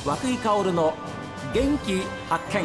和久井薫の元気発見。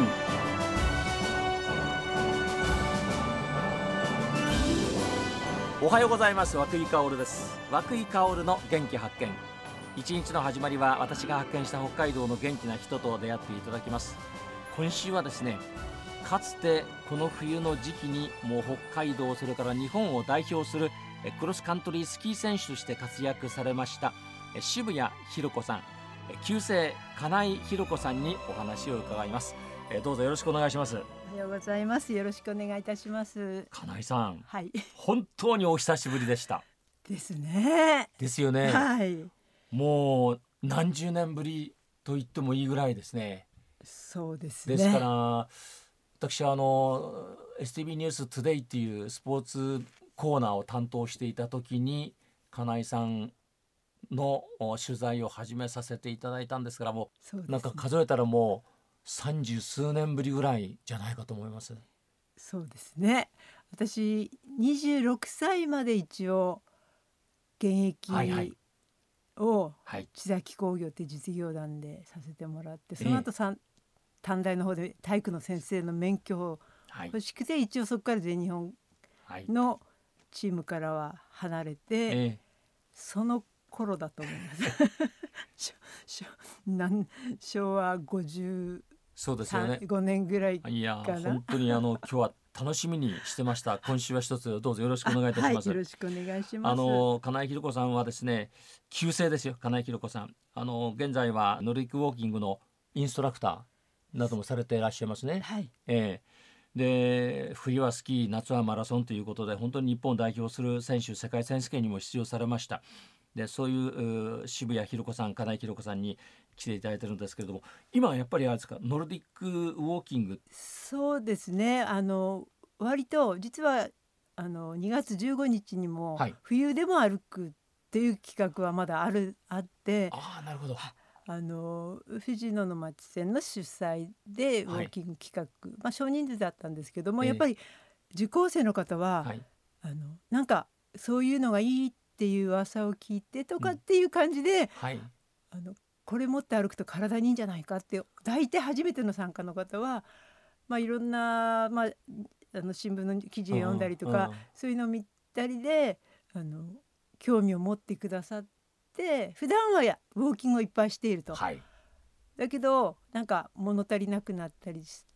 おはようございます。和久井薫です。和久井薫の元気発見。一日の始まりは私が発見した北海道の元気な人と出会っていただきます。今週はですね、かつてこの冬の時期にもう北海道それから日本を代表するクロスカントリースキー選手として活躍されました渋谷寛子さん、旧姓金井寛子さんにお話を伺います。どうぞよろしくお願いします。 おはようございます。よろしくお願いいたします。 金井さん、 はい。 本当にお久しぶりでした。 ですね。 ですよね。 はい。 もう何十年ぶりと言ってもいいぐらいですね。 そうですね。 ですから私はSTB ニューストゥデイっていうスポーツコーナーを担当していた時に金井さんの取材を始めさせていただいたんですから、もう、 そうですね、 なんか数えたらもう30数年ぶりぐらいじゃないかと思います。 そうですね。私26歳まで一応現役を千崎工業って実業団でさせてもらって、その後短大の方で体育の先生の免許を欲しくて、一応そこから全日本のチームからは離れて、その頃だと思います昭和55年ぐらいかな。 いや本当に今日は楽しみにしてました。今週は一つどうぞよろしくお願いいたします。 よろしくお願いします。 金井寛子さんはですね、旧姓ですよ。金井寛子さん、現在はノルディックウォーキングのインストラクターなどもされていらっしゃいますね。で冬はスキー、夏はマラソンということで本当に日本を代表する選手、世界選手権にも出場されました。でそういう渋谷寛子さん、金井寛子さんに来ていただいてるんですけれども、今はやっぱりあれですか、ノルディックウォーキング。 そうですね。割と実は2月15日にも冬でも歩くっていう企画はまだあって、 なるほど。 藤野の町線の主催でウォーキング企画、少人数だったんですけども、やっぱり受講生の方は、なんかそういうのがいいっていう噂を聞いてとかっていう感じで、これ持って歩くと体にいいんじゃないかって、大体初めての参加の方は、いろんな、新聞の記事を読んだりとか、そういうのを見たりで興味を持ってくださって、普段はウォーキングをいっぱいしていると、だけどなんか物足りなくなったりして、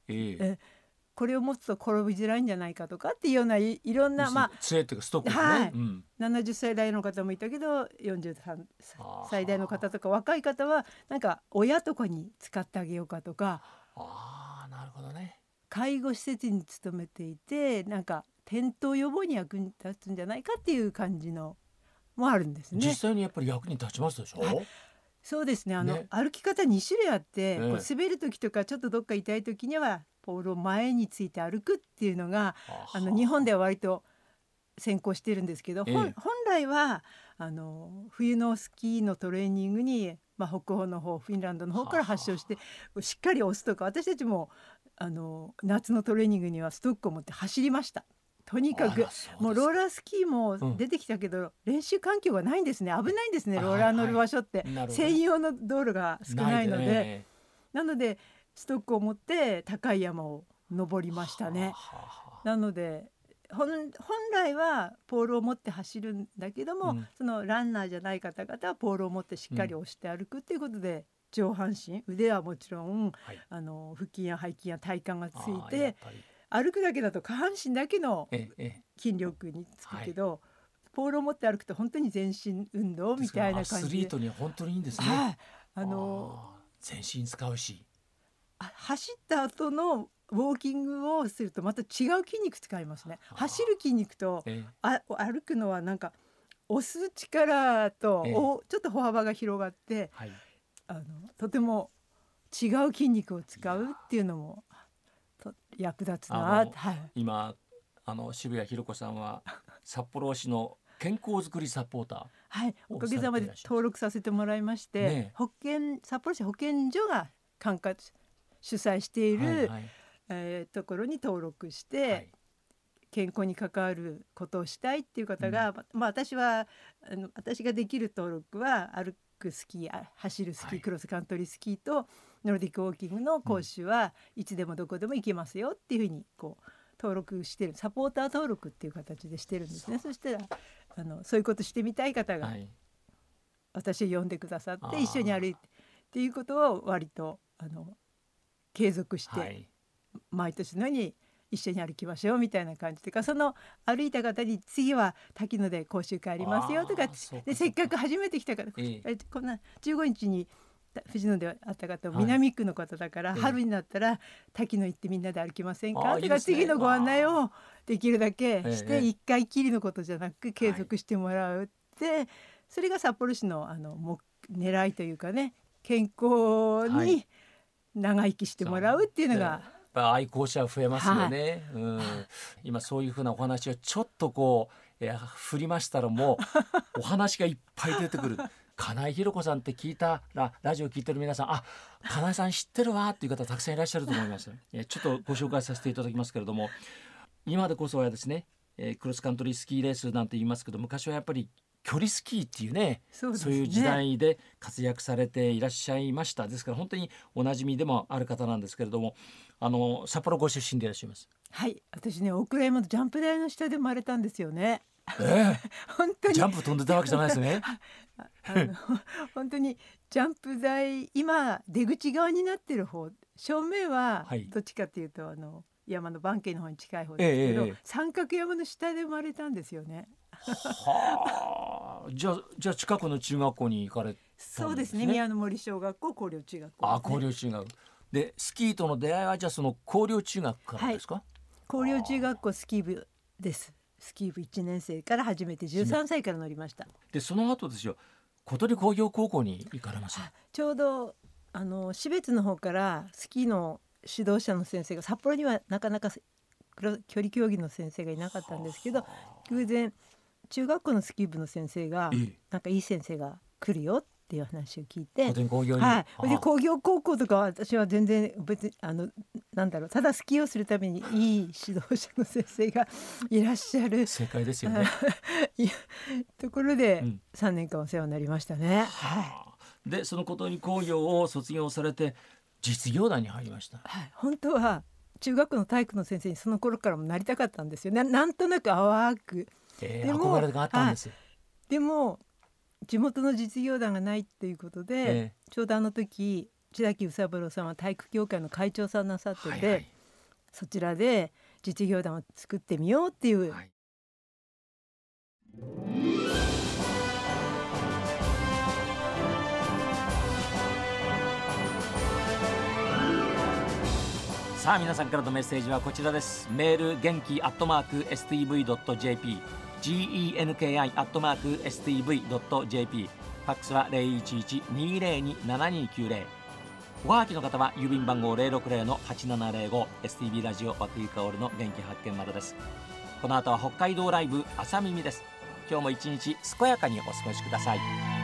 これを持つと転びづらいんじゃないかとかっていうようないろんな杖っていうかストックですね。 70歳代の方もいたけど43歳代の方とか若い方はなんか親とかに使ってあげようかとか、 なるほどね。 介護施設に勤めていてなんか転倒予防に役に立つんじゃないかっていう感じのもあるんですね。 実際にやっぱり役に立ちますでしょ。 そうですね。歩き方2種類あって、こう滑る時とかちょっとどっか痛い時にはポールを前について歩くっていうのが日本では割と先行してるんですけど、本来は冬のスキーのトレーニングに、北欧の方フィンランドの方から発祥してしっかり押すとか、私たちも夏のトレーニングにはストックを持って走りました。とにかくもうローラースキーも出てきたけど、練習環境がないんですね。危ないんですね。ローラー乗る場所って専用の道路が少ないので、なのでストックを持って高い山を登りましたね。なので本来はポールを持って走るんだけども、そのランナーじゃない方々はポールを持ってしっかり押して歩くっていうことで、上半身、腕はもちろん、腹筋や背筋や体幹がついて、歩くだけだと下半身だけの筋力につくけど、ポールを持って歩くと本当に全身運動みたいな感じで、 アスリートには本当にいいんですね。全身使うし、 走った後のウォーキングをするとまた違う筋肉使いますね。走る筋肉と歩くのはなんか押す力とちょっと歩幅が広がって、とても違う筋肉を使うっていうのも役立つな。 今渋谷寛子さんは札幌市の健康づくりサポーター、 おかげさまで登録させてもらいまして、札幌市保健所が主催している、ところに登録して、健康に関わることをしたいっていう方が、私ができる登録はクスキー、走るスキー、クロスカントリースキーとノルディックウォーキングの講習はいつでもどこでも行けますよっていうふうにこう登録してる、サポーター登録っていう形でしてるんですね。そしたらそういうことしてみたい方が私を呼んでくださって一緒に歩いてっていうことを割と継続して毎年のように一緒に歩きましょうみたいな感じというか、その歩いた方に次は滝野で講習会ありますよとかで、せっかく初めて来たから、こんな15日に藤野で会った方も南区の方だから、春になったら滝野行ってみんなで歩きませんかとか、次のご案内をできるだけして1回きりのことじゃなく継続してもらうって、それが札幌市の狙いというかね、健康に長生きしてもらうっていうのが、 愛好者増えますよね、今そういうふうなお話をちょっとこう振りましたら、もうお話がいっぱい出てくる金井博子さんって聞いたら、ラジオ聞いてる皆さん、金井さん知ってるわっていう方たくさんいらっしゃると思います。ちょっとご紹介させていただきますけれども、今でこそはですね、クロスカントリースキーレースなんて言いますけど、昔はやっぱり距離スキーっていうね、そういう時代で活躍されていらっしゃいました。ですから本当におなじみでもある方なんですけれども、札幌ご出身でいらっしゃいます。 はい、私ね、大倉山のジャンプ台の下で生まれたんですよね。 本当にジャンプ飛んでたわけじゃないですね。 本当にジャンプ台、今出口側になってる方、正面はどっちかっていうと山の番慶の方に近い方ですけど、三角山の下で生まれたんですよね。 じゃあ近くの中学校に行かれたんですね。 そうですね、宮の森小学校、広陵中学校、 広陵中学で、スキーとの出会いはじゃあその広陵中学からですか？ 広陵中学校スキー部です。スキー部1年生から始めて13歳から乗りました。 でその後ですよ、小鳥工業高校に行かれました。 ちょうど標津の方からスキーの指導者の先生が、札幌にはなかなか距離競技の先生がいなかったんですけど、偶然中学校のスキー部の先生が、なんかいい先生が来るよっていう話を聞いて、 工業に、 で工業高校とかは私は全然別にただスキーをするためにいい指導者の先生がいらっしゃる、 正解ですよねところで3年間お世話になりましたね。 でその小鳥工業を卒業されて実業団に入りました。 本当は中学の体育の先生にその頃からもなりたかったんですよ。なんとなく淡く、 でも憧れがあったんです。 でも地元の実業団がないっていうことで、ちょうど時千崎宇三郎さんは体育協会の会長さんなさってて、そちらで実業団を作ってみようっていう、 さあ皆さんからのメッセージはこちらです。メール元気@stv.jp、 genki@stv.jp、 ファックスは 011-202-7290。 おはがきの方は郵便番号 060-8705 STB ラジオ和久井薫の元気発見までです。この後は北海道ライブ朝耳です。今日も一日健やかにお過ごしください。